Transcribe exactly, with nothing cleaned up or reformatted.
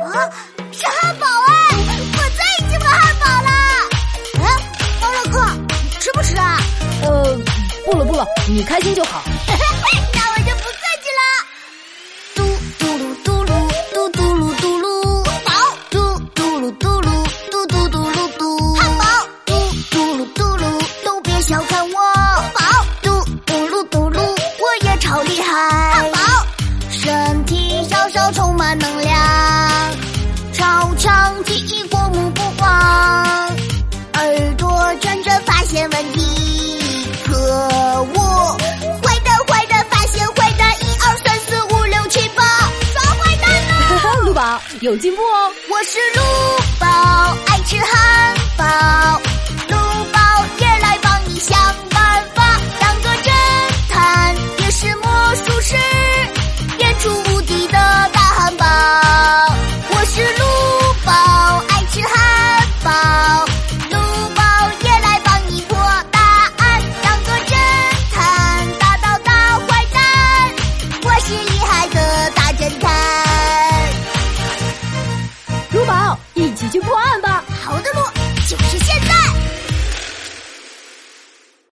啊，是汉堡哎！我最喜欢汉堡了。啊，猫乐哥，吃不吃啊？ 呃，不了不了，你开心就好。 那我就不客气了。嘟嘟噜嘟噜嘟嘟噜嘟噜，宝嘟嘟噜嘟噜嘟嘟嘟噜嘟，汉堡嘟嘟噜嘟噜，都别小看我，宝嘟嘟噜嘟噜，我也超厉害。汉堡，身体小小充满能量，超强记忆过目不忘，耳朵转转发现问题，可恶！坏蛋坏蛋发现坏蛋，一二三四五六七八，抓坏蛋呢！ 鹿宝有进步哦。 我是鹿宝，爱吃汉堡，鹿宝也来帮你想办法，当个侦探也是魔术师，变出无敌的大汉堡。我是鹿宝，爱吃汉堡，鹿宝也来帮你破答案，当个侦探打倒大坏蛋，我是厉害的大侦探。 鹿宝，一起去破案吧！ 好的路就是现在。